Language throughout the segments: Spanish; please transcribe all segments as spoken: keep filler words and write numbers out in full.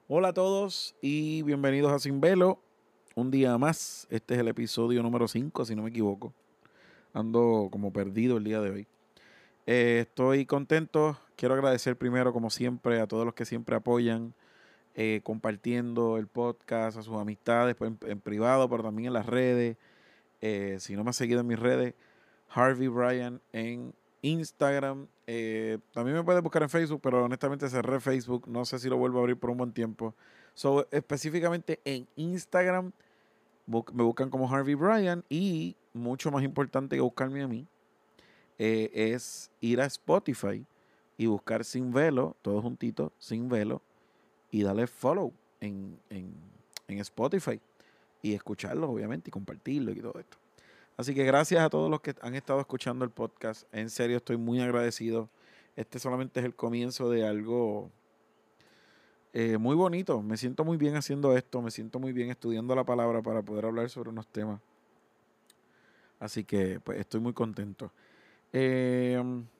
Hola a todos y bienvenidos a Sin Velo. Un día más. Este es el episodio número cinco, si no me equivoco. Ando como perdido el día de hoy. Eh, estoy contento. Quiero agradecer primero, como siempre, a todos los que siempre apoyan, eh, compartiendo el podcast, a sus amistades, pues, en, en privado, pero también en las redes. Eh, si no me has seguido en mis redes, Harvey Bryan en Instagram. Eh, también me puedes buscar en Facebook, pero honestamente cerré Facebook. No sé si lo vuelvo a abrir por un buen tiempo. So, específicamente en Instagram bu- me buscan como Harvey Bryan y mucho más importante que buscarme a mí eh, es ir a Spotify y buscar Sin Velo, todo juntito, Sin Velo, y darle follow en, en, en Spotify y escucharlo, obviamente, y compartirlo y todo esto. Así que gracias a todos los que han estado escuchando el podcast. En serio, estoy muy agradecido. Este solamente es el comienzo de algo eh, muy bonito. Me siento muy bien haciendo esto. Me siento muy bien estudiando la palabra para poder hablar sobre unos temas. Así que pues estoy muy contento. Eh,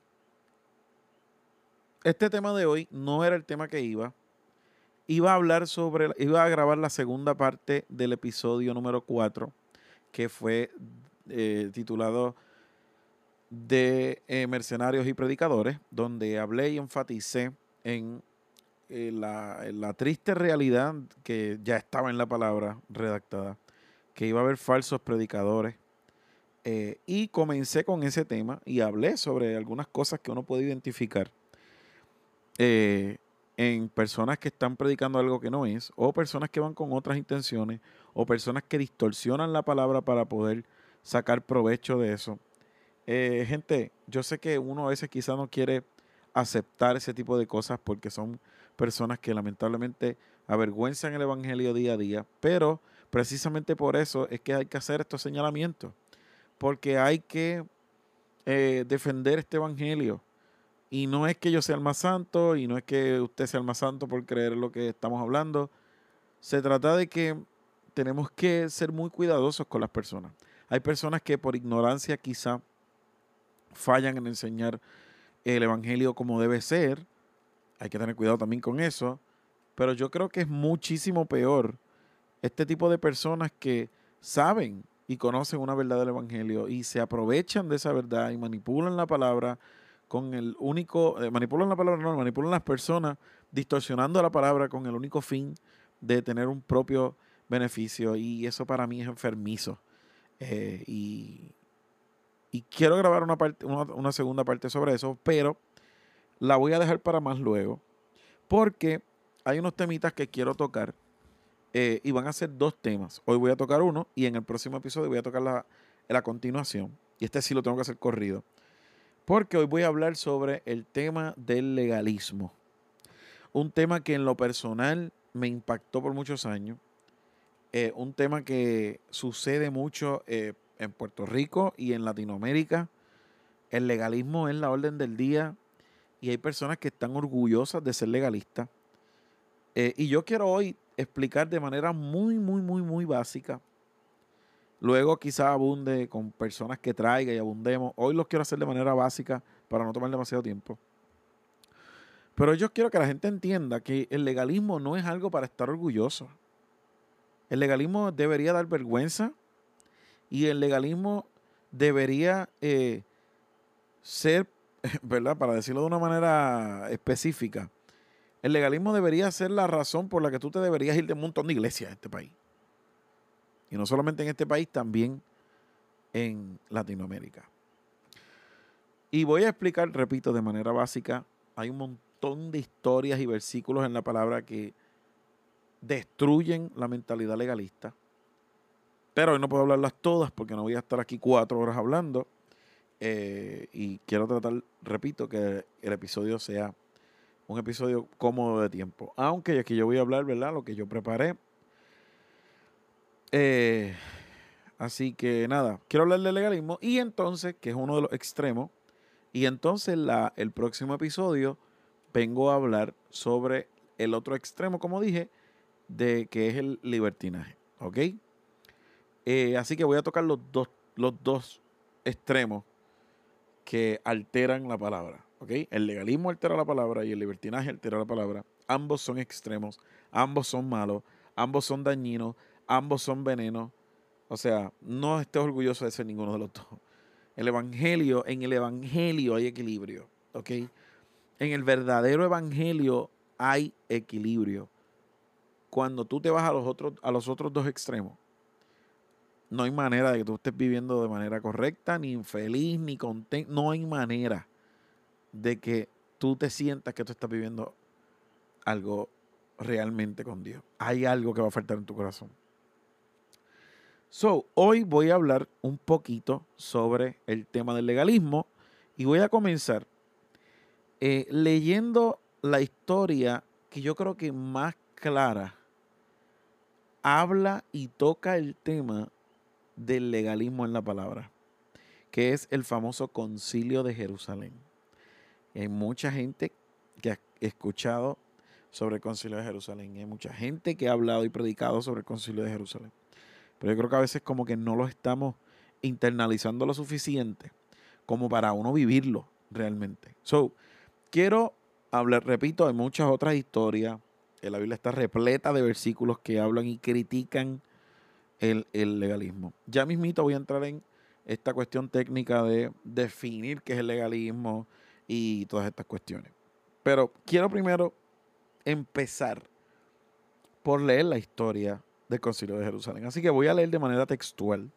este tema de hoy no era el tema que iba. Iba a hablar sobre, iba a grabar la segunda parte del episodio número cuatro, que fue eh, titulado de eh, Mercenarios y Predicadores, donde hablé y enfaticé en eh, la, en la triste realidad que ya estaba en la palabra redactada, que iba a haber falsos predicadores. Eh, y comencé con ese tema y hablé sobre algunas cosas que uno puede identificar eh, en personas que están predicando algo que no es, o personas que van con otras intenciones, o personas que distorsionan la palabra para poder sacar provecho de eso. Eh, gente, yo sé que uno a veces quizá no quiere aceptar ese tipo de cosas porque son personas que lamentablemente avergüenzan el evangelio día a día, pero precisamente por eso es que hay que hacer estos señalamientos, porque hay que eh, defender este evangelio. Y no es que yo sea el más santo y no es que usted sea el más santo por creer en lo que estamos hablando. Se trata de que tenemos que ser muy cuidadosos con las personas. Hay personas que por ignorancia quizá fallan en enseñar el evangelio como debe ser. Hay que tener cuidado también con eso. Pero yo creo que es muchísimo peor este tipo de personas que saben y conocen una verdad del evangelio y se aprovechan de esa verdad y manipulan la palabra con el único, eh, manipulan la palabra, no, manipulan las personas distorsionando la palabra con el único fin de tener un propio beneficio, y eso para mí es enfermizo. Eh, y, y quiero grabar una, parte, una, una segunda parte sobre eso, pero la voy a dejar para más luego, porque hay unos temitas que quiero tocar eh, y van a ser dos temas. Hoy voy a tocar uno y en el próximo episodio voy a tocar la, la continuación. Y este sí lo tengo que hacer corrido. Porque hoy voy a hablar sobre el tema del legalismo. Un tema que en lo personal me impactó por muchos años. Eh, un tema que sucede mucho eh, en Puerto Rico y en Latinoamérica. El legalismo es la orden del día y hay personas que están orgullosas de ser legalistas. Eh, y yo quiero hoy explicar de manera muy, muy, muy, muy básica. Luego quizá abunde con personas que traiga y abundemos. Hoy los quiero hacer de manera básica para no tomar demasiado tiempo. Pero yo quiero que la gente entienda que el legalismo no es algo para estar orgulloso. El legalismo debería dar vergüenza y el legalismo debería eh, ser, ¿verdad? Para decirlo de una manera específica, el legalismo debería ser la razón por la que tú te deberías ir de un montón de iglesias en este país. Y no solamente en este país, también en Latinoamérica. Y voy a explicar, repito, de manera básica. Hay un montón de historias y versículos en la palabra que destruyen la mentalidad legalista. Pero hoy no puedo hablarlas todas porque no voy a estar aquí cuatro horas hablando. Eh, y quiero tratar, repito, que el episodio sea un episodio cómodo de tiempo. Aunque aquí yo voy a hablar, ¿verdad? Lo que yo preparé. Eh, así que nada, quiero hablar del legalismo y entonces, que es uno de los extremos. Y entonces la, el próximo episodio vengo a hablar sobre el otro extremo, como dije, de que es el libertinaje. ¿Ok? Eh, así que voy a tocar los dos, los dos extremos que alteran la palabra. ¿Ok? El legalismo altera la palabra y el libertinaje altera la palabra. Ambos son extremos. ambos son malos, ambos son dañinos, ambos son venenos. O sea, no estés orgulloso de ser ninguno de los dos. El evangelio, en el evangelio hay equilibrio, ¿ok? En el verdadero evangelio hay equilibrio. Cuando tú te vas a los otros, a los otros dos extremos, no hay manera de que tú estés viviendo de manera correcta, ni infeliz, ni contento. No hay manera de que tú te sientas que tú estás viviendo algo realmente con Dios. Hay algo que va a faltar en tu corazón. So, hoy voy a hablar un poquito sobre el tema del legalismo y voy a comenzar eh, leyendo la historia que yo creo que más clara habla y toca el tema del legalismo en la palabra, que es el famoso Concilio de Jerusalén. Y hay mucha gente que ha escuchado sobre el Concilio de Jerusalén, y hay mucha gente que ha hablado y predicado sobre el Concilio de Jerusalén. Pero yo creo que a veces como que no lo estamos internalizando lo suficiente como para uno vivirlo realmente. So, quiero hablar, repito, de muchas otras historias. La Biblia está repleta de versículos que hablan y critican el, el legalismo. Ya mismito voy a entrar en esta cuestión técnica de definir qué es el legalismo y todas estas cuestiones. Pero quiero primero empezar por leer la historia del Concilio de Jerusalén. Así que voy a leer de manera textual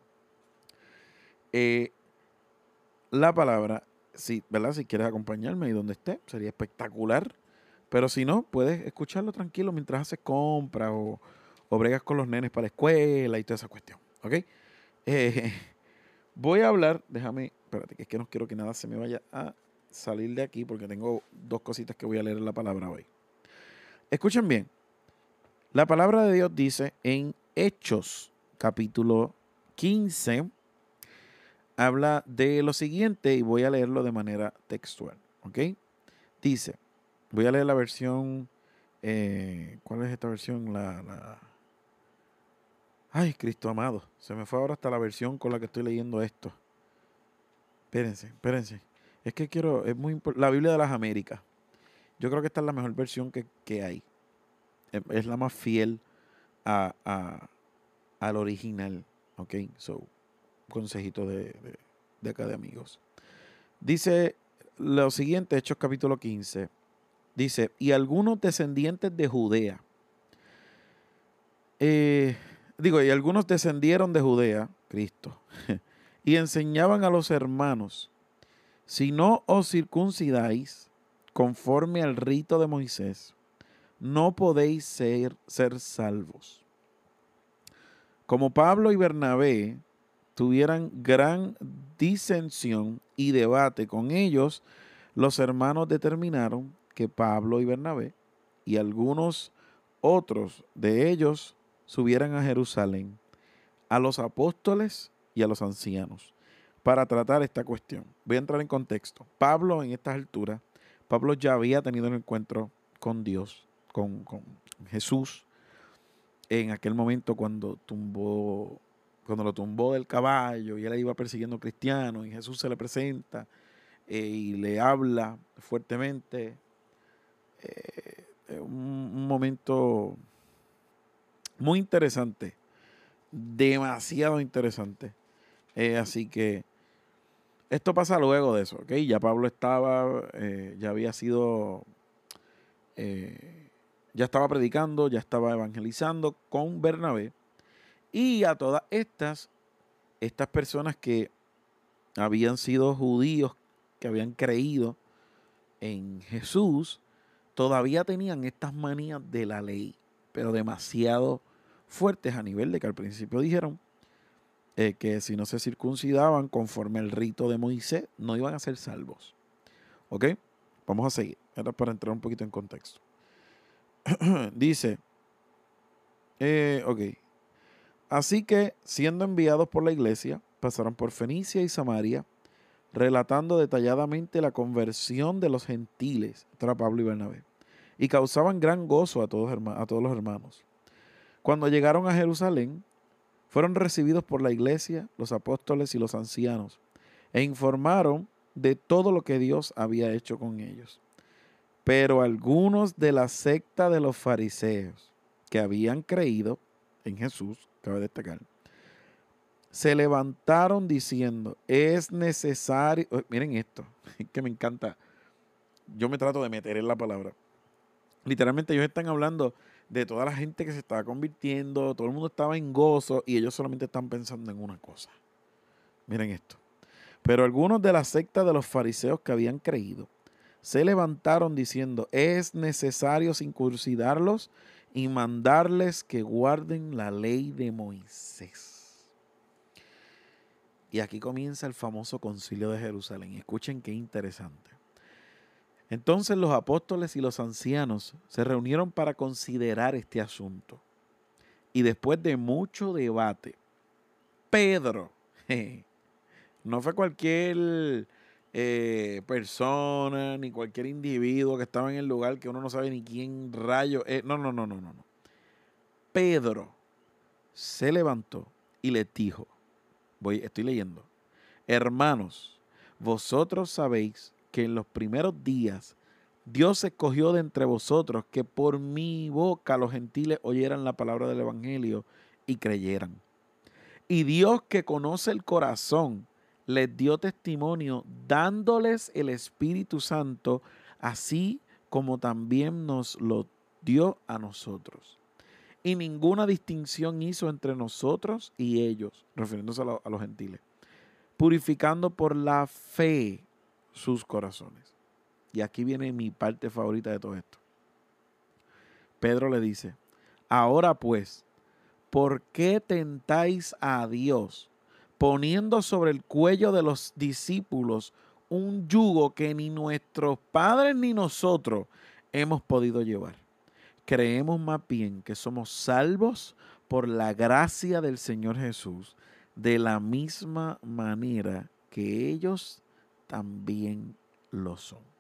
eh, la palabra, si, ¿verdad? Si quieres acompañarme y donde esté, sería espectacular. Pero si no, puedes escucharlo tranquilo mientras haces compras o, o bregas con los nenes para la escuela y toda esa cuestión. ¿Ok? Eh, voy a hablar, déjame, espérate, que es que no quiero que nada se me vaya a salir de aquí porque tengo dos cositas que voy a leer en la palabra hoy. Escuchen bien. La palabra de Dios dice en Hechos, capítulo quince, habla de lo siguiente y voy a leerlo de manera textual, ¿ok? Dice, voy a leer la versión, eh, ¿cuál es esta versión? La, la, ay, Cristo amado, se me fue ahora hasta la versión con la que estoy leyendo esto. Espérense, espérense. Es que quiero, es muy importante, la Biblia de las Américas. Yo creo que esta es la mejor versión que, que hay. Es, es la más fiel a, a, al original, ¿ok? So, consejito de, de, de acá de amigos. Dice lo siguiente, Hechos capítulo quince. Dice, y algunos descendientes de Judea. Eh, digo, y algunos descendieron de Judea, Cristo, y enseñaban a los hermanos, si no os circuncidáis conforme al rito de Moisés, no podéis ser, ser salvos. Como Pablo y Bernabé tuvieran gran disensión y debate con ellos, los hermanos determinaron que Pablo y Bernabé y algunos otros de ellos subieran a Jerusalén, a los apóstoles y a los ancianos, para tratar esta cuestión. Voy a entrar en contexto. Pablo, en estas alturas, Pablo ya había tenido un encuentro con Dios, con, con Jesús, en aquel momento cuando tumbó, cuando lo tumbó del caballo y él iba persiguiendo cristianos y Jesús se le presenta eh, y le habla fuertemente. Eh, un, un momento muy interesante, demasiado interesante. Eh, así que esto pasa luego de eso, ¿ok? Ya Pablo estaba, eh, ya había sido, eh, ya estaba predicando, ya estaba evangelizando con Bernabé. Y a todas estas, estas personas que habían sido judíos, que habían creído en Jesús, todavía tenían estas manías de la ley, pero demasiado fuertes a nivel de que al principio dijeron eh, que si no se circuncidaban conforme al rito de Moisés, no iban a ser salvos. ¿Ok? Vamos a seguir. Ahora para entrar un poquito en contexto. Dice, eh, ok. Así que, siendo enviados por la iglesia, pasaron por Fenicia y Samaria, relatando detalladamente la conversión de los gentiles, esto era Pablo y Bernabé, y causaban gran gozo a todos, a todos los hermanos. Cuando llegaron a Jerusalén, fueron recibidos por la iglesia, los apóstoles y los ancianos, e informaron de todo lo que Dios había hecho con ellos. Pero algunos de la secta de los fariseos que habían creído en Jesús, cabe destacar, se levantaron diciendo, es necesario, oh, miren esto, que me encanta, yo me trato de meter en la palabra. Literalmente ellos están hablando de toda la gente que se estaba convirtiendo, todo el mundo estaba en gozo y ellos solamente están pensando en una cosa. Miren esto. Pero algunos de la secta de los fariseos que habían creído se levantaron diciendo, es necesario circuncidarlos y mandarles que guarden la ley de Moisés. Y aquí comienza el famoso concilio de Jerusalén. Escuchen qué interesante. Entonces los apóstoles y los ancianos se reunieron para considerar este asunto. Y después de mucho debate, Pedro, jeje, no fue cualquier eh, persona ni cualquier individuo que estaba en el lugar que uno no sabe ni quién rayo es. No, no, no, no, no, no. Pedro se levantó y les dijo, voy, estoy leyendo, hermanos, vosotros sabéis que en los primeros días Dios escogió de entre vosotros que por mi boca los gentiles oyeran la palabra del evangelio y creyeran. Y Dios, que conoce el corazón, les dio testimonio dándoles el Espíritu Santo, así como también nos lo dio a nosotros. Y ninguna distinción hizo entre nosotros y ellos, refiriéndose a, lo, a los gentiles, purificando por la fe sus corazones. Y aquí viene mi parte favorita de todo esto. Pedro le dice, ahora pues, ¿por qué tentáis a Dios poniendo sobre el cuello de los discípulos un yugo que ni nuestros padres ni nosotros hemos podido llevar? Creemos más bien que somos salvos por la gracia del Señor Jesús, de la misma manera que ellos también lo son.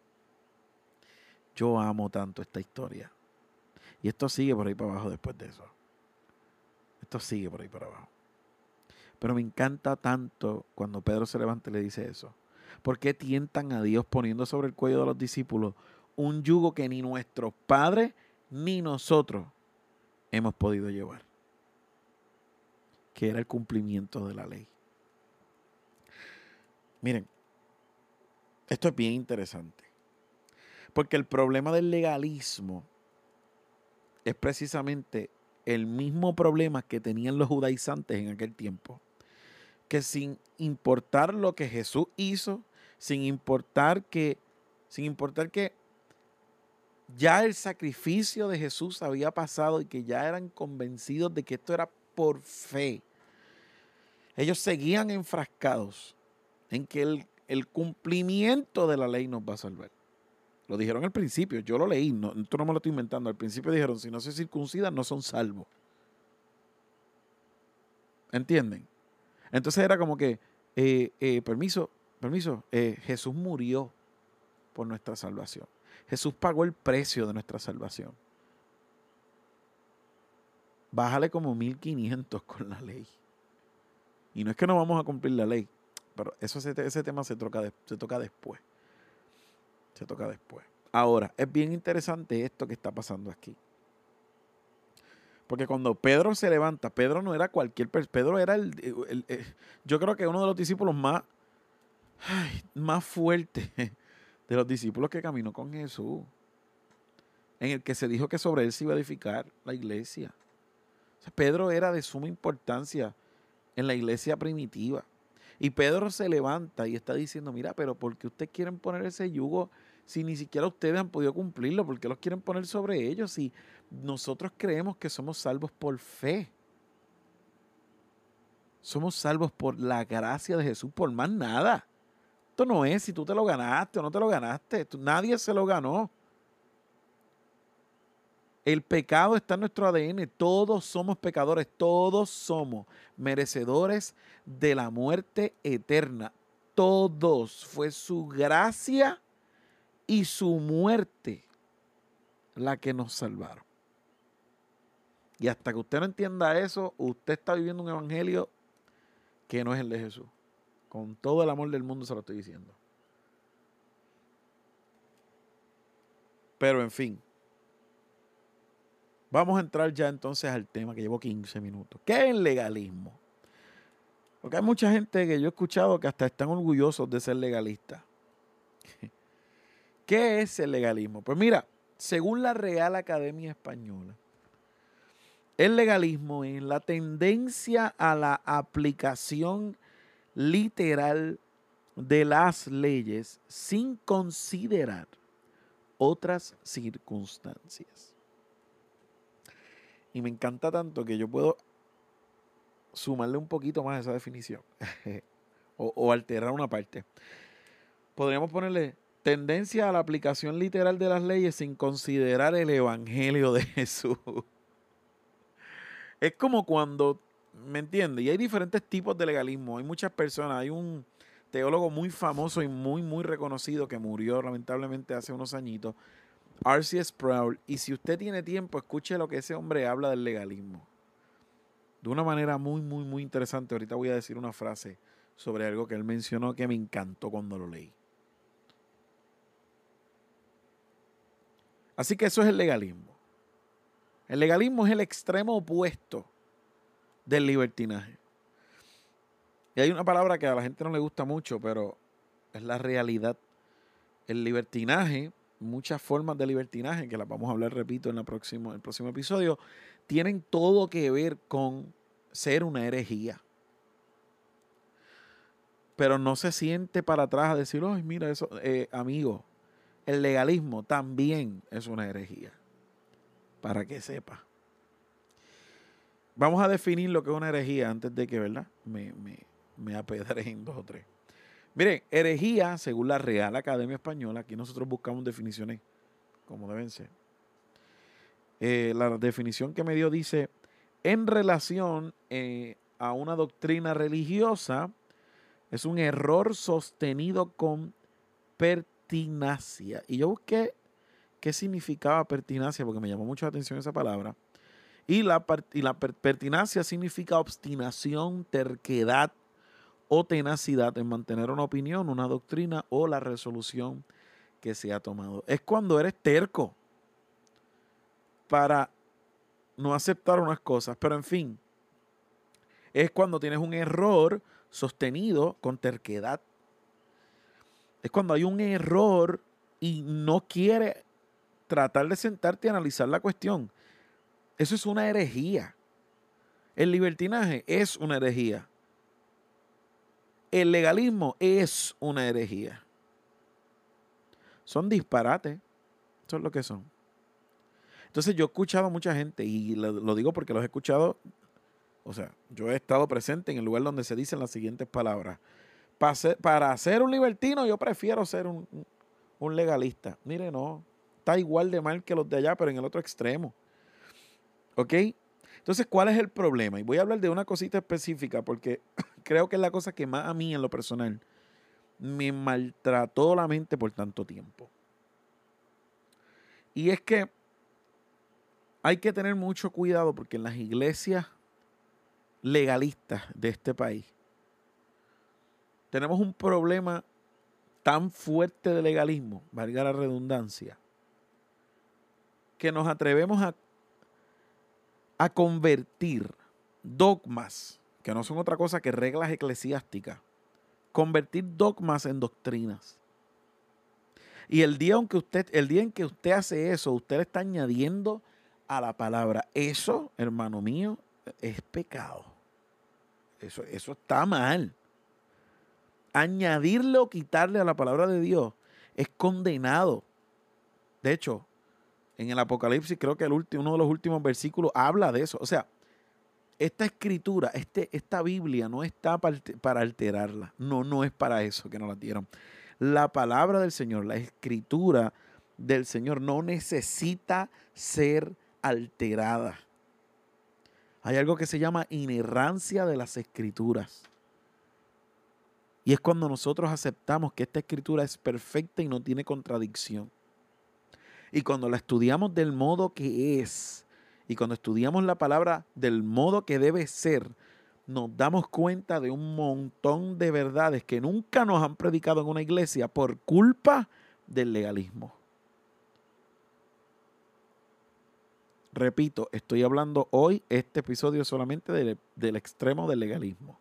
Yo amo tanto esta historia. Y esto sigue por ahí para abajo después de eso. Esto sigue por ahí para abajo. Pero me encanta tanto cuando Pedro se levanta y le dice eso. ¿Por qué tientan a Dios poniendo sobre el cuello de los discípulos un yugo que ni nuestros padres ni nosotros hemos podido llevar? Que era el cumplimiento de la ley. Miren, esto es bien interesante. Porque el problema del legalismo es precisamente el mismo problema que tenían los judaizantes en aquel tiempo. Que sin importar lo que Jesús hizo, sin importar que, sin importar que ya el sacrificio de Jesús había pasado y que ya eran convencidos de que esto era por fe, ellos seguían enfrascados en que el, el cumplimiento de la ley nos va a salvar. Lo dijeron al principio, yo lo leí, no, esto no me lo estoy inventando. Al principio dijeron, si no se circuncidan, no son salvos. ¿Entienden? Entonces era como que, eh, eh, permiso, permiso, eh, Jesús murió por nuestra salvación. Jesús pagó el precio de nuestra salvación. Bájale como mil quinientos con la ley. Y no es que no vamos a cumplir la ley, pero eso, ese, ese tema se toca, de, se toca después. Se toca después. Ahora, es bien interesante esto que está pasando aquí. Porque cuando Pedro se levanta, Pedro no era cualquier persona, Pedro era el, el, el, el, yo creo que uno de los discípulos más, ay, más fuertes de los discípulos que caminó con Jesús, en el que se dijo que sobre él se iba a edificar la iglesia. O sea, Pedro era de suma importancia en la iglesia primitiva. Y Pedro se levanta y está diciendo, mira, pero ¿por qué ustedes quieren poner ese yugo si ni siquiera ustedes han podido cumplirlo? ¿Por qué los quieren poner sobre ellos si nosotros creemos que somos salvos por fe? Somos salvos por la gracia de Jesús, por más nada. Esto no es si tú te lo ganaste o no te lo ganaste. Esto, nadie se lo ganó. El pecado está en nuestro A D N. Todos somos pecadores. Todos somos merecedores de la muerte eterna. Todos. Fue su gracia y su muerte la que nos salvaron. Y hasta que usted no entienda eso, usted está viviendo un evangelio que no es el de Jesús. Con todo el amor del mundo se lo estoy diciendo. Pero en fin, vamos a entrar ya entonces al tema que llevo quince minutos. ¿Qué es el legalismo? Porque hay mucha gente que yo he escuchado que hasta están orgullosos de ser legalistas. ¿Qué es el legalismo? Pues mira, según la Real Academia Española, el legalismo es la tendencia a la aplicación literal de las leyes sin considerar otras circunstancias. Y me encanta tanto que yo puedo sumarle un poquito más a esa definición o, o alterar una parte. Podríamos ponerle tendencia a la aplicación literal de las leyes sin considerar el evangelio de Jesús. Es como cuando, ¿me entiendes? Y hay diferentes tipos de legalismo. Hay muchas personas. Hay un teólogo muy famoso y muy, muy reconocido que murió lamentablemente hace unos añitos, R C Sproul. Y si usted tiene tiempo, escuche lo que ese hombre habla del legalismo. De una manera muy, muy, muy interesante. Ahorita voy a decir una frase sobre algo que él mencionó que me encantó cuando lo leí. Así que eso es el legalismo. El legalismo es el extremo opuesto del libertinaje. Y hay una palabra que a la gente no le gusta mucho, pero es la realidad. El libertinaje, muchas formas de libertinaje, que las vamos a hablar, repito, en la próxima, el próximo episodio, tienen todo que ver con ser una herejía. Pero no se siente para atrás a decir, ay, mira eso, eh, amigo, el legalismo también es una herejía. Para que sepa. Vamos a definir lo que es una herejía antes de que, ¿verdad? Me, me, me apedreen dos o tres. Miren, herejía, según la Real Academia Española, aquí nosotros buscamos definiciones como deben ser. Eh, la definición que me dio dice, en relación eh, a una doctrina religiosa, es un error sostenido con pertinacia. Y yo busqué qué significaba pertinacia, porque me llamó mucho la atención esa palabra. Y la, y la per pertinacia significa obstinación, terquedad o tenacidad en mantener una opinión, una doctrina o la resolución que se ha tomado. Es cuando eres terco para no aceptar unas cosas, pero en fin, es cuando tienes un error sostenido con terquedad. Es cuando hay un error y no quieres tratar de sentarte y analizar la cuestión. Eso es una herejía. El libertinaje es una herejía. El legalismo es una herejía. Son disparates. Eso es lo que son. Entonces yo he escuchado a mucha gente, y lo, lo digo porque los he escuchado, o sea, yo he estado presente en el lugar donde se dicen las siguientes palabras. Para ser, para ser un libertino yo prefiero ser un, un legalista. Mire, no, está igual de mal que los de allá, pero en el otro extremo. ¿Ok? Entonces, ¿cuál es el problema? Y voy a hablar de una cosita específica porque creo que es la cosa que más a mí en lo personal me maltrató la mente por tanto tiempo. Y es que hay que tener mucho cuidado porque en las iglesias legalistas de este país tenemos un problema tan fuerte de legalismo, valga la redundancia, que nos atrevemos a a convertir dogmas, que no son otra cosa que reglas eclesiásticas, convertir dogmas en doctrinas. Y el día en que usted, el día en que usted hace eso, usted le está añadiendo a la palabra. Eso, hermano mío, es pecado. Eso, eso está mal. Añadirle o quitarle a la palabra de Dios es condenado. De hecho, en el Apocalipsis, creo que el último, uno de los últimos versículos habla de eso. O sea, esta escritura, este, esta Biblia no está para, para alterarla. No, no es para eso que nos la dieron. La palabra del Señor, la escritura del Señor no necesita ser alterada. Hay algo que se llama inerrancia de las escrituras. Y es cuando nosotros aceptamos que esta escritura es perfecta y no tiene contradicción. Y cuando la estudiamos del modo que es, y cuando estudiamos la palabra del modo que debe ser, nos damos cuenta de un montón de verdades que nunca nos han predicado en una iglesia por culpa del legalismo. repito, estoy hablando hoy, este episodio solamente del, del extremo del legalismo.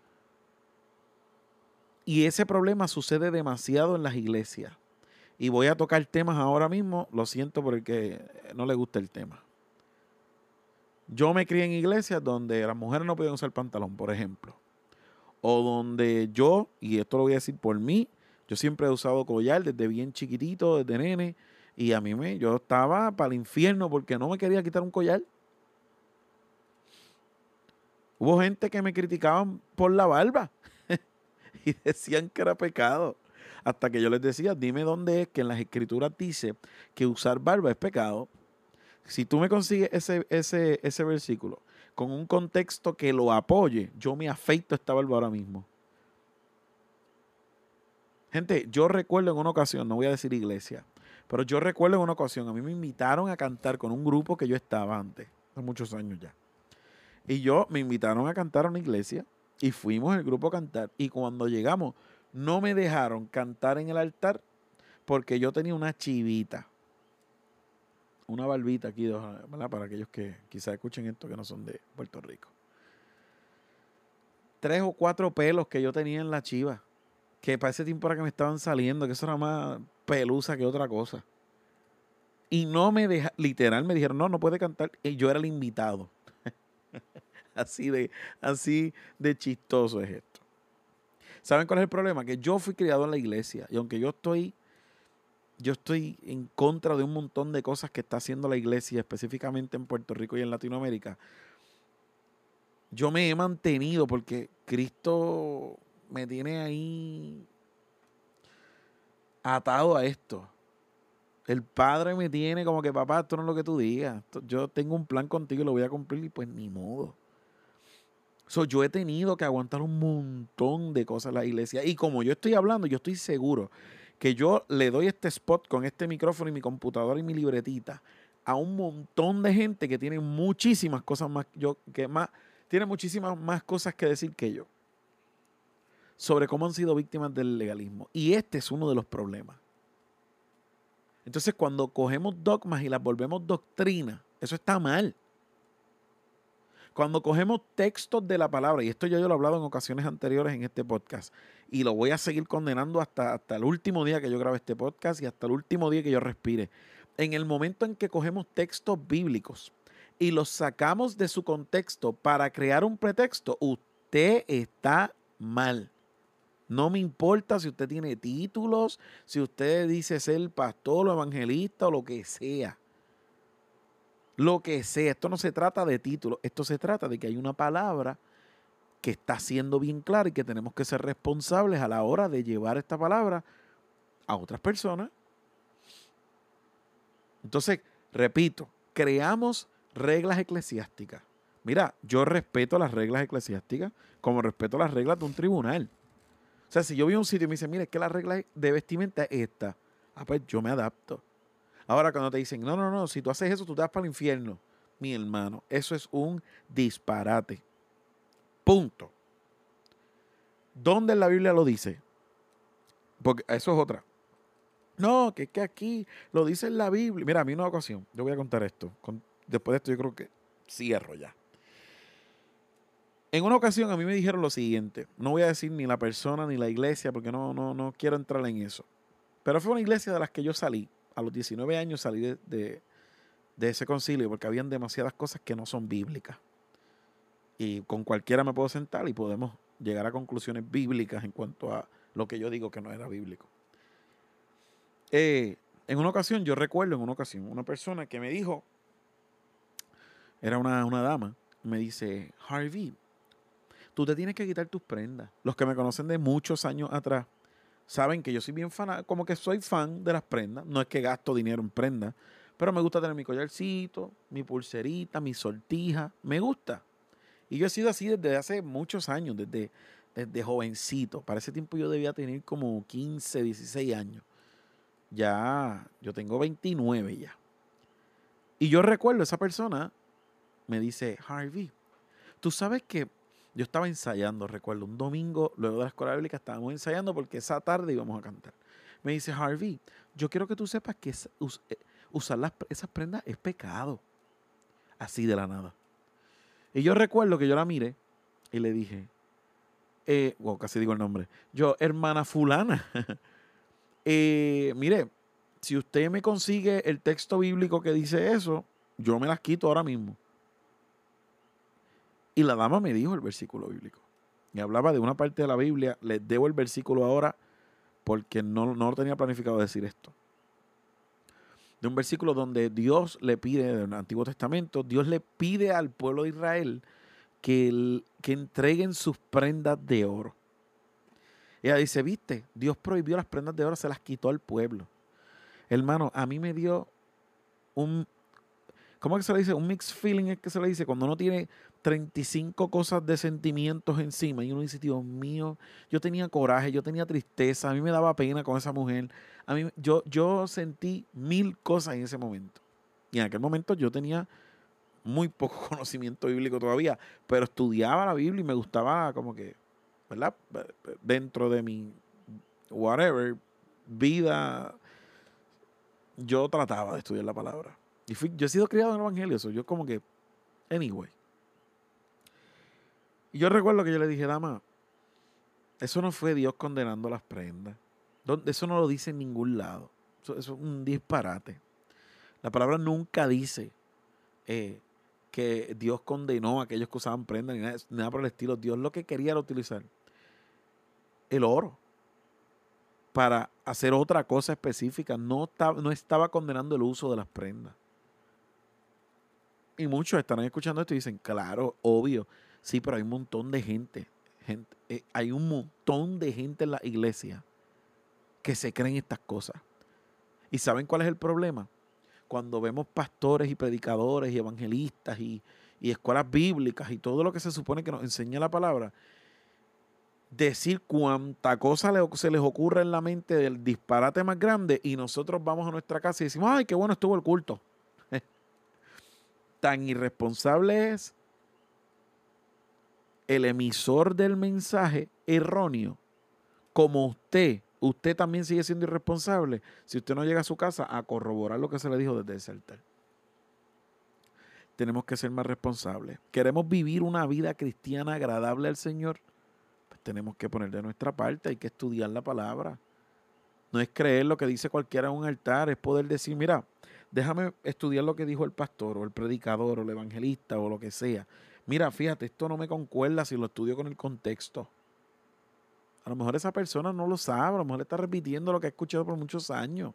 Y ese problema sucede demasiado en las iglesias. Y voy a tocar temas ahora mismo, lo siento porque no le gusta el tema. Yo me crié en iglesias donde las mujeres no podían usar pantalón, por ejemplo. O donde yo, y esto lo voy a decir por mí, yo siempre he usado collar desde bien chiquitito, desde nene. Y a mí me, yo estaba para el infierno porque no me quería quitar un collar. Hubo gente que me criticaban por la barba y decían que era pecado. Hasta que yo les decía, dime dónde es que en las escrituras dice que usar barba es pecado. Si tú me consigues ese, ese, ese versículo con un contexto que lo apoye, yo me afeito esta barba ahora mismo. Gente, yo recuerdo en una ocasión, no voy a decir iglesia, pero yo recuerdo en una ocasión, a mí me invitaron a cantar con un grupo que yo estaba antes, hace muchos años ya. Y yo me invitaron a cantar a una iglesia y fuimos el grupo a cantar. Y cuando llegamos, no me dejaron cantar en el altar porque yo tenía una chivita. Una barbita aquí, ¿verdad? Para aquellos que quizás escuchen esto que no son de Puerto Rico. Tres o cuatro pelos que yo tenía en la chiva, que para ese tiempo era que me estaban saliendo, que eso era más pelusa que otra cosa. Y no me dejaron, literal me dijeron, no, no puede cantar. Y yo era el invitado. Así de, así de chistoso es esto. ¿Saben cuál es el problema? Que yo fui criado en la iglesia y aunque yo estoy... Yo estoy en contra de un montón de cosas que está haciendo la iglesia, específicamente en Puerto Rico y en Latinoamérica. Yo me he mantenido porque Cristo me tiene ahí atado a esto. El Padre me tiene como que, papá, esto no es lo que tú digas. Yo tengo un plan contigo y lo voy a cumplir y pues ni modo. So, yo he tenido que aguantar un montón de cosas en la iglesia. Y como yo estoy hablando, yo estoy seguro que yo le doy este spot con este micrófono y mi computadora y mi libretita a un montón de gente que tiene muchísimas cosas más, yo, que más, tiene muchísimas más cosas que decir que yo sobre cómo han sido víctimas del legalismo. Y este es uno de los problemas. Entonces, cuando cogemos dogmas y las volvemos doctrina, eso está mal. Cuando cogemos textos de la palabra, y esto ya yo lo he hablado en ocasiones anteriores en este podcast, y lo voy a seguir condenando hasta, hasta el último día que yo grabe este podcast y hasta el último día que yo respire. En el momento en que cogemos textos bíblicos y los sacamos de su contexto para crear un pretexto, usted está mal. No me importa si usted tiene títulos, si usted dice ser pastor o evangelista o lo que sea. Lo que sea, esto no se trata de títulos, esto se trata de que hay una palabra que está siendo bien clara y que tenemos que ser responsables a la hora de llevar esta palabra a otras personas. Entonces, repito, creamos reglas eclesiásticas. Mira, yo respeto las reglas eclesiásticas como respeto las reglas de un tribunal. O sea, si yo voy a un sitio y me dicen, mira, es que la regla de vestimenta es esta, ah, pues yo me adapto. Ahora cuando te dicen, no, no, no, si tú haces eso, tú te vas para el infierno. Mi hermano, eso es un disparate. Punto. ¿Dónde en la Biblia lo dice? Porque eso es otra. No, que es que aquí lo dice en la Biblia. Mira, a mí una ocasión, yo voy a contar esto. Con, después de esto yo creo que cierro ya. En una ocasión a mí me dijeron lo siguiente. No voy a decir ni la persona ni la iglesia porque no, no, no quiero entrar en eso. Pero fue una iglesia de las que yo salí. A los diecinueve años salí de, de, de ese concilio porque habían demasiadas cosas que no son bíblicas. Y con cualquiera me puedo sentar y podemos llegar a conclusiones bíblicas en cuanto a lo que yo digo que no era bíblico. Eh, en una ocasión, yo recuerdo en una ocasión, una persona que me dijo, era una, una dama, me dice, Harvey, tú te tienes que quitar tus prendas. Los que me conocen de muchos años atrás saben que yo soy bien fan, como que soy fan de las prendas. No es que gasto dinero en prendas, pero me gusta tener mi collarcito, mi pulserita, mi sortija. Me gusta. Y yo he sido así desde hace muchos años, desde, desde jovencito. Para ese tiempo yo debía tener como quince, dieciséis años. Ya, yo tengo veintinueve ya. Y yo recuerdo, esa persona me dice, Harvey, tú sabes que yo estaba ensayando, recuerdo, un domingo, luego de la escuela bíblica, estábamos ensayando porque esa tarde íbamos a cantar. Me dice, Harvey, yo quiero que tú sepas que es, us, eh, usar las, esas prendas es pecado. así de la nada. Y yo recuerdo que yo la miré y le dije, eh, wow, casi digo el nombre, yo, hermana fulana, eh, mire, si usted me consigue el texto bíblico que dice eso, yo me las quito ahora mismo. Y la dama me dijo el versículo bíblico. Y hablaba de una parte de la Biblia, les debo el versículo ahora porque no, no lo tenía planificado decir esto. De un versículo donde Dios le pide, del Antiguo Testamento, Dios le pide al pueblo de Israel que, el, que entreguen sus prendas de oro. Ella dice, viste, Dios prohibió las prendas de oro, se las quitó al pueblo. Hermano, a mí me dio un, ¿cómo es que se le dice? Un mixed feeling es que se le dice cuando uno tiene treinta y cinco cosas de sentimientos encima y uno dice, Dios mío, yo tenía coraje, yo tenía tristeza, a mí me daba pena con esa mujer. A mí, yo, yo sentí mil cosas en ese momento. Y en aquel momento yo tenía muy poco conocimiento bíblico todavía, pero estudiaba la Biblia y me gustaba como que, ¿verdad? Dentro de mi whatever, vida, yo trataba de estudiar la palabra. Y fui, yo he sido criado en el evangelio, eso yo como que, anyway. Y yo recuerdo que yo le dije, dama, eso no fue Dios condenando las prendas. Eso no lo dice en ningún lado. Eso, eso es un disparate. La palabra nunca dice eh, que Dios condenó a aquellos que usaban prendas ni nada, nada por el estilo. Dios lo que quería era utilizar el oro para hacer otra cosa específica. No, estaba, no estaba condenando el uso de las prendas. Y muchos estarán escuchando esto y dicen, claro, obvio, sí, pero hay un montón de gente, gente eh, hay un montón de gente en la iglesia que se creen estas cosas. ¿Y saben cuál es el problema? Cuando vemos pastores y predicadores y evangelistas y, y escuelas bíblicas y todo lo que se supone que nos enseña la palabra, decir cuánta cosa le, se les ocurre en la mente del disparate más grande y nosotros vamos a nuestra casa y decimos, ay, qué bueno estuvo el culto. Tan irresponsable es el emisor del mensaje erróneo como usted. Usted también sigue siendo irresponsable si usted no llega a su casa a corroborar lo que se le dijo desde ese altar. Tenemos que ser más responsables. ¿Queremos vivir una vida cristiana agradable al Señor? Pues tenemos que poner de nuestra parte, hay que estudiar la palabra. No es creer lo que dice cualquiera en un altar, es poder decir, mira, déjame estudiar lo que dijo el pastor o el predicador o el evangelista o lo que sea. Mira, fíjate, esto no me concuerda si lo estudio con el contexto. A lo mejor esa persona no lo sabe, a lo mejor está repitiendo lo que ha escuchado por muchos años.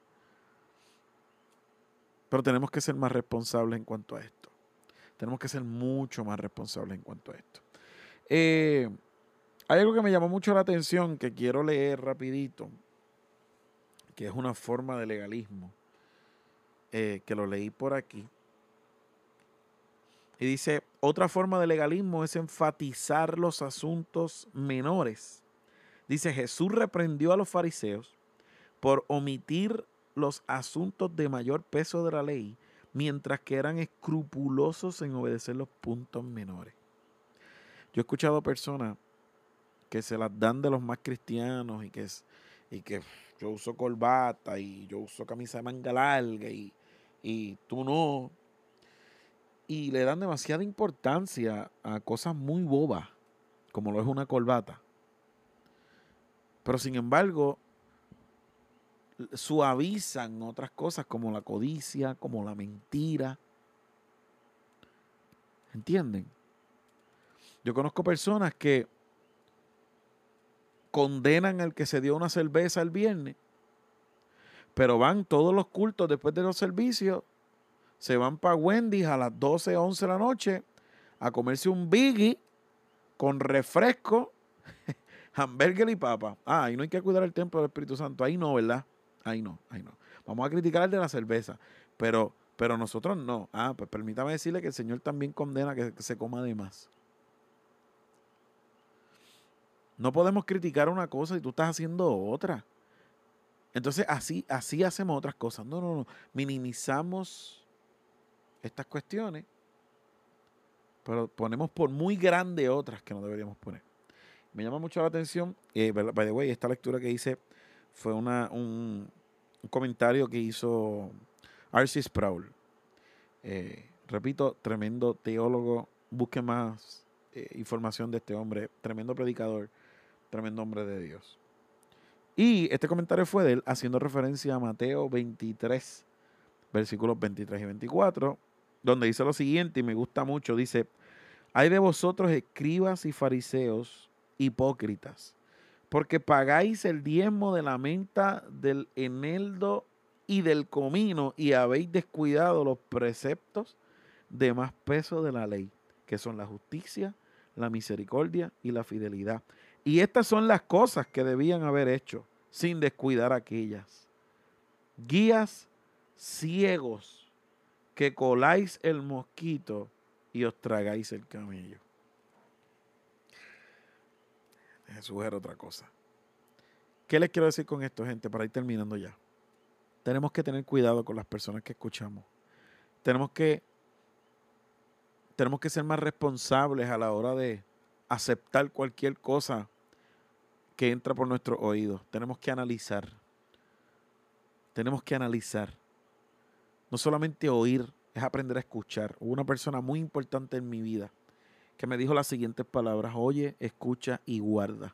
Pero tenemos que ser más responsables en cuanto a esto. Tenemos que ser mucho más responsables en cuanto a esto. Eh, hay algo que me llamó mucho la atención que quiero leer rapidito, que es una forma de legalismo, eh, que lo leí por aquí. Y dice, otra forma de legalismo es enfatizar los asuntos menores. Dice, Jesús reprendió a los fariseos por omitir los asuntos de mayor peso de la ley, mientras que eran escrupulosos en obedecer los puntos menores. Yo he escuchado personas que se las dan de los más cristianos y que, es, y que yo uso corbata y yo uso camisa de manga larga y, y tú no. Y le dan demasiada importancia a cosas muy bobas, como lo es una corbata. Pero sin embargo, suavizan otras cosas como la codicia, como la mentira. ¿Entienden? Yo conozco personas que condenan al que se dio una cerveza el viernes, pero van todos los cultos después de los servicios, se van para Wendy's a las doce, once de la noche a comerse un biggie con refresco, hamburger y papa. Ah, ahí no hay que cuidar el templo del Espíritu Santo. Ahí no, ¿verdad? Ahí no, ahí no. Vamos a criticar el de la cerveza, pero, pero nosotros no. Ah, pues permítame decirle que el Señor también condena que, que se coma de más. No podemos criticar una cosa y tú estás haciendo otra. Entonces así, así hacemos otras cosas. No, no, no. Minimizamos estas cuestiones, pero ponemos por muy grande otras que no deberíamos poner. Me llama mucho la atención, eh, by the way, esta lectura que hice fue una, un, un comentario que hizo R C Sproul. Eh, Repito, tremendo teólogo. Busque más eh, información de este hombre. Tremendo predicador. Tremendo hombre de Dios. Y este comentario fue de él haciendo referencia a Mateo veintitrés, versículos veintitrés y veinticuatro, donde dice lo siguiente, y me gusta mucho, dice: hay de vosotros, escribas y fariseos, hipócritas, porque pagáis el diezmo de la menta, del eneldo y del comino, y habéis descuidado los preceptos de más peso de la ley, que son la justicia, la misericordia y la fidelidad. Y estas son las cosas que debían haber hecho, sin descuidar aquellas. Guías ciegos, que coláis el mosquito y os tragáis el camello. Jesús era otra cosa. ¿Qué les quiero decir con esto, gente? Para ir terminando ya. Tenemos que tener cuidado con las personas que escuchamos. Tenemos que, tenemos que ser más responsables a la hora de aceptar cualquier cosa que entra por nuestros oídos. Tenemos que analizar. Tenemos que analizar. No solamente oír, es aprender a escuchar. Hubo una persona muy importante en mi vida que me dijo las siguientes palabras: oye, escucha y guarda.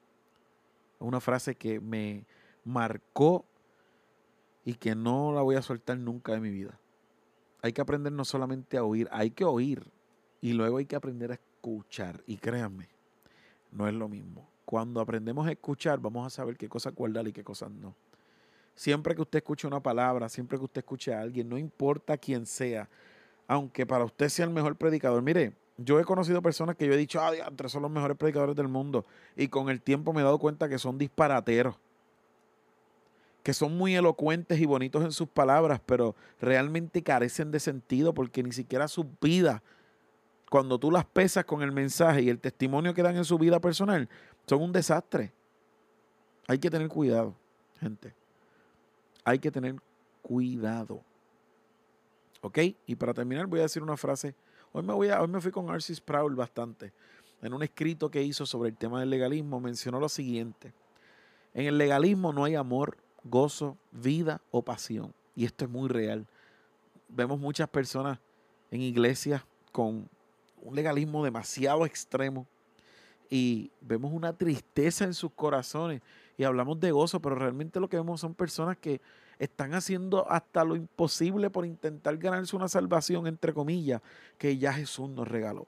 Es una frase que me marcó y que no la voy a soltar nunca de mi vida. Hay que aprender no solamente a oír, hay que oír y luego hay que aprender a escuchar. Y créanme, no es lo mismo. Cuando aprendemos a escuchar, vamos a saber qué cosas guardar y qué cosas no. Siempre que usted escuche una palabra, siempre que usted escuche a alguien, no importa quién sea, aunque para usted sea el mejor predicador. Mire, yo he conocido personas que yo he dicho, ah, diantre, son los mejores predicadores del mundo. Y con el tiempo me he dado cuenta que son disparateros. Que son muy elocuentes y bonitos en sus palabras, pero realmente carecen de sentido porque ni siquiera sus vidas, cuando tú las pesas con el mensaje y el testimonio que dan en su vida personal, son un desastre. Hay que tener cuidado, gente. Hay que tener cuidado. ¿Ok? Y para terminar voy a decir una frase. Hoy me, voy a, hoy me fui con R C Sproul bastante. En un escrito que hizo sobre el tema del legalismo mencionó lo siguiente: en el legalismo no hay amor, gozo, vida o pasión. Y esto es muy real. Vemos muchas personas en iglesias con un legalismo demasiado extremo y vemos una tristeza en sus corazones y hablamos de gozo, pero realmente lo que vemos son personas que están haciendo hasta lo imposible por intentar ganarse una salvación, entre comillas, que ya Jesús nos regaló.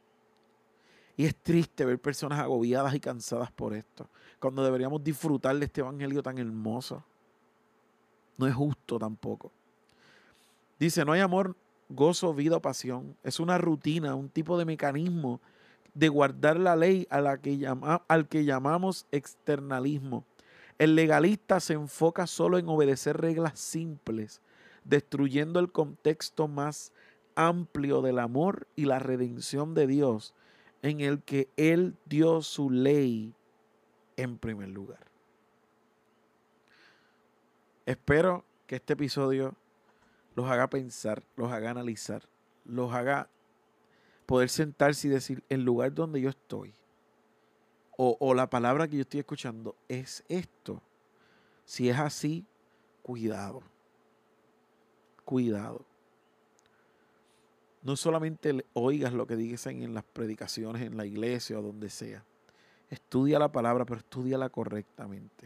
Y es triste ver personas agobiadas y cansadas por esto, cuando deberíamos disfrutar de este evangelio tan hermoso. No es justo tampoco. Dice, no hay amor, gozo, vida o pasión. Es una rutina, un tipo de mecanismo de guardar la ley a la que llama, al que llamamos externalismo. El legalista se enfoca solo en obedecer reglas simples, destruyendo el contexto más amplio del amor y la redención de Dios, en el que Él dio su ley en primer lugar. Espero que este episodio los haga pensar, los haga analizar, los haga poder sentarse y decir, el lugar donde yo estoy, o, o la palabra que yo estoy escuchando, es esto. Si es así, cuidado, cuidado. No solamente oigas lo que dicen en las predicaciones, en la iglesia o donde sea. Estudia la palabra, pero estúdiala correctamente.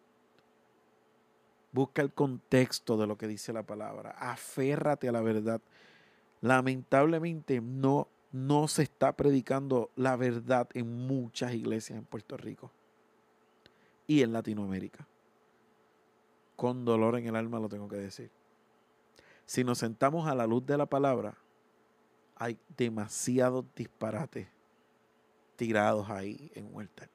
Busca el contexto de lo que dice la palabra. Aférrate a la verdad. Lamentablemente no, no se está predicando la verdad en muchas iglesias en Puerto Rico y en Latinoamérica. Con dolor en el alma lo tengo que decir. Si nos sentamos a la luz de la palabra, hay demasiados disparates tirados ahí en un altar.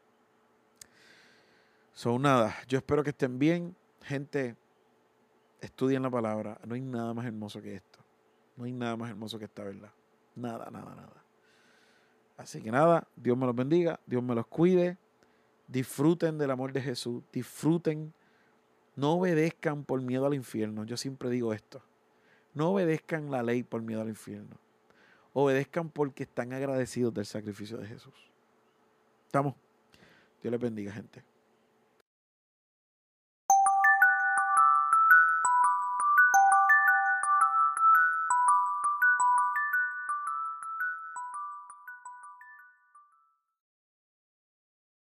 Son nada, yo espero que estén bien. Gente, estudien la palabra. No hay nada más hermoso que esto. No hay nada más hermoso que esta verdad. Nada, nada, nada. Así que nada, Dios me los bendiga, Dios me los cuide. Disfruten del amor de Jesús. Disfruten. No obedezcan por miedo al infierno. Yo siempre digo esto. No obedezcan la ley por miedo al infierno. Obedezcan porque están agradecidos del sacrificio de Jesús. ¿Estamos? Dios les bendiga, gente.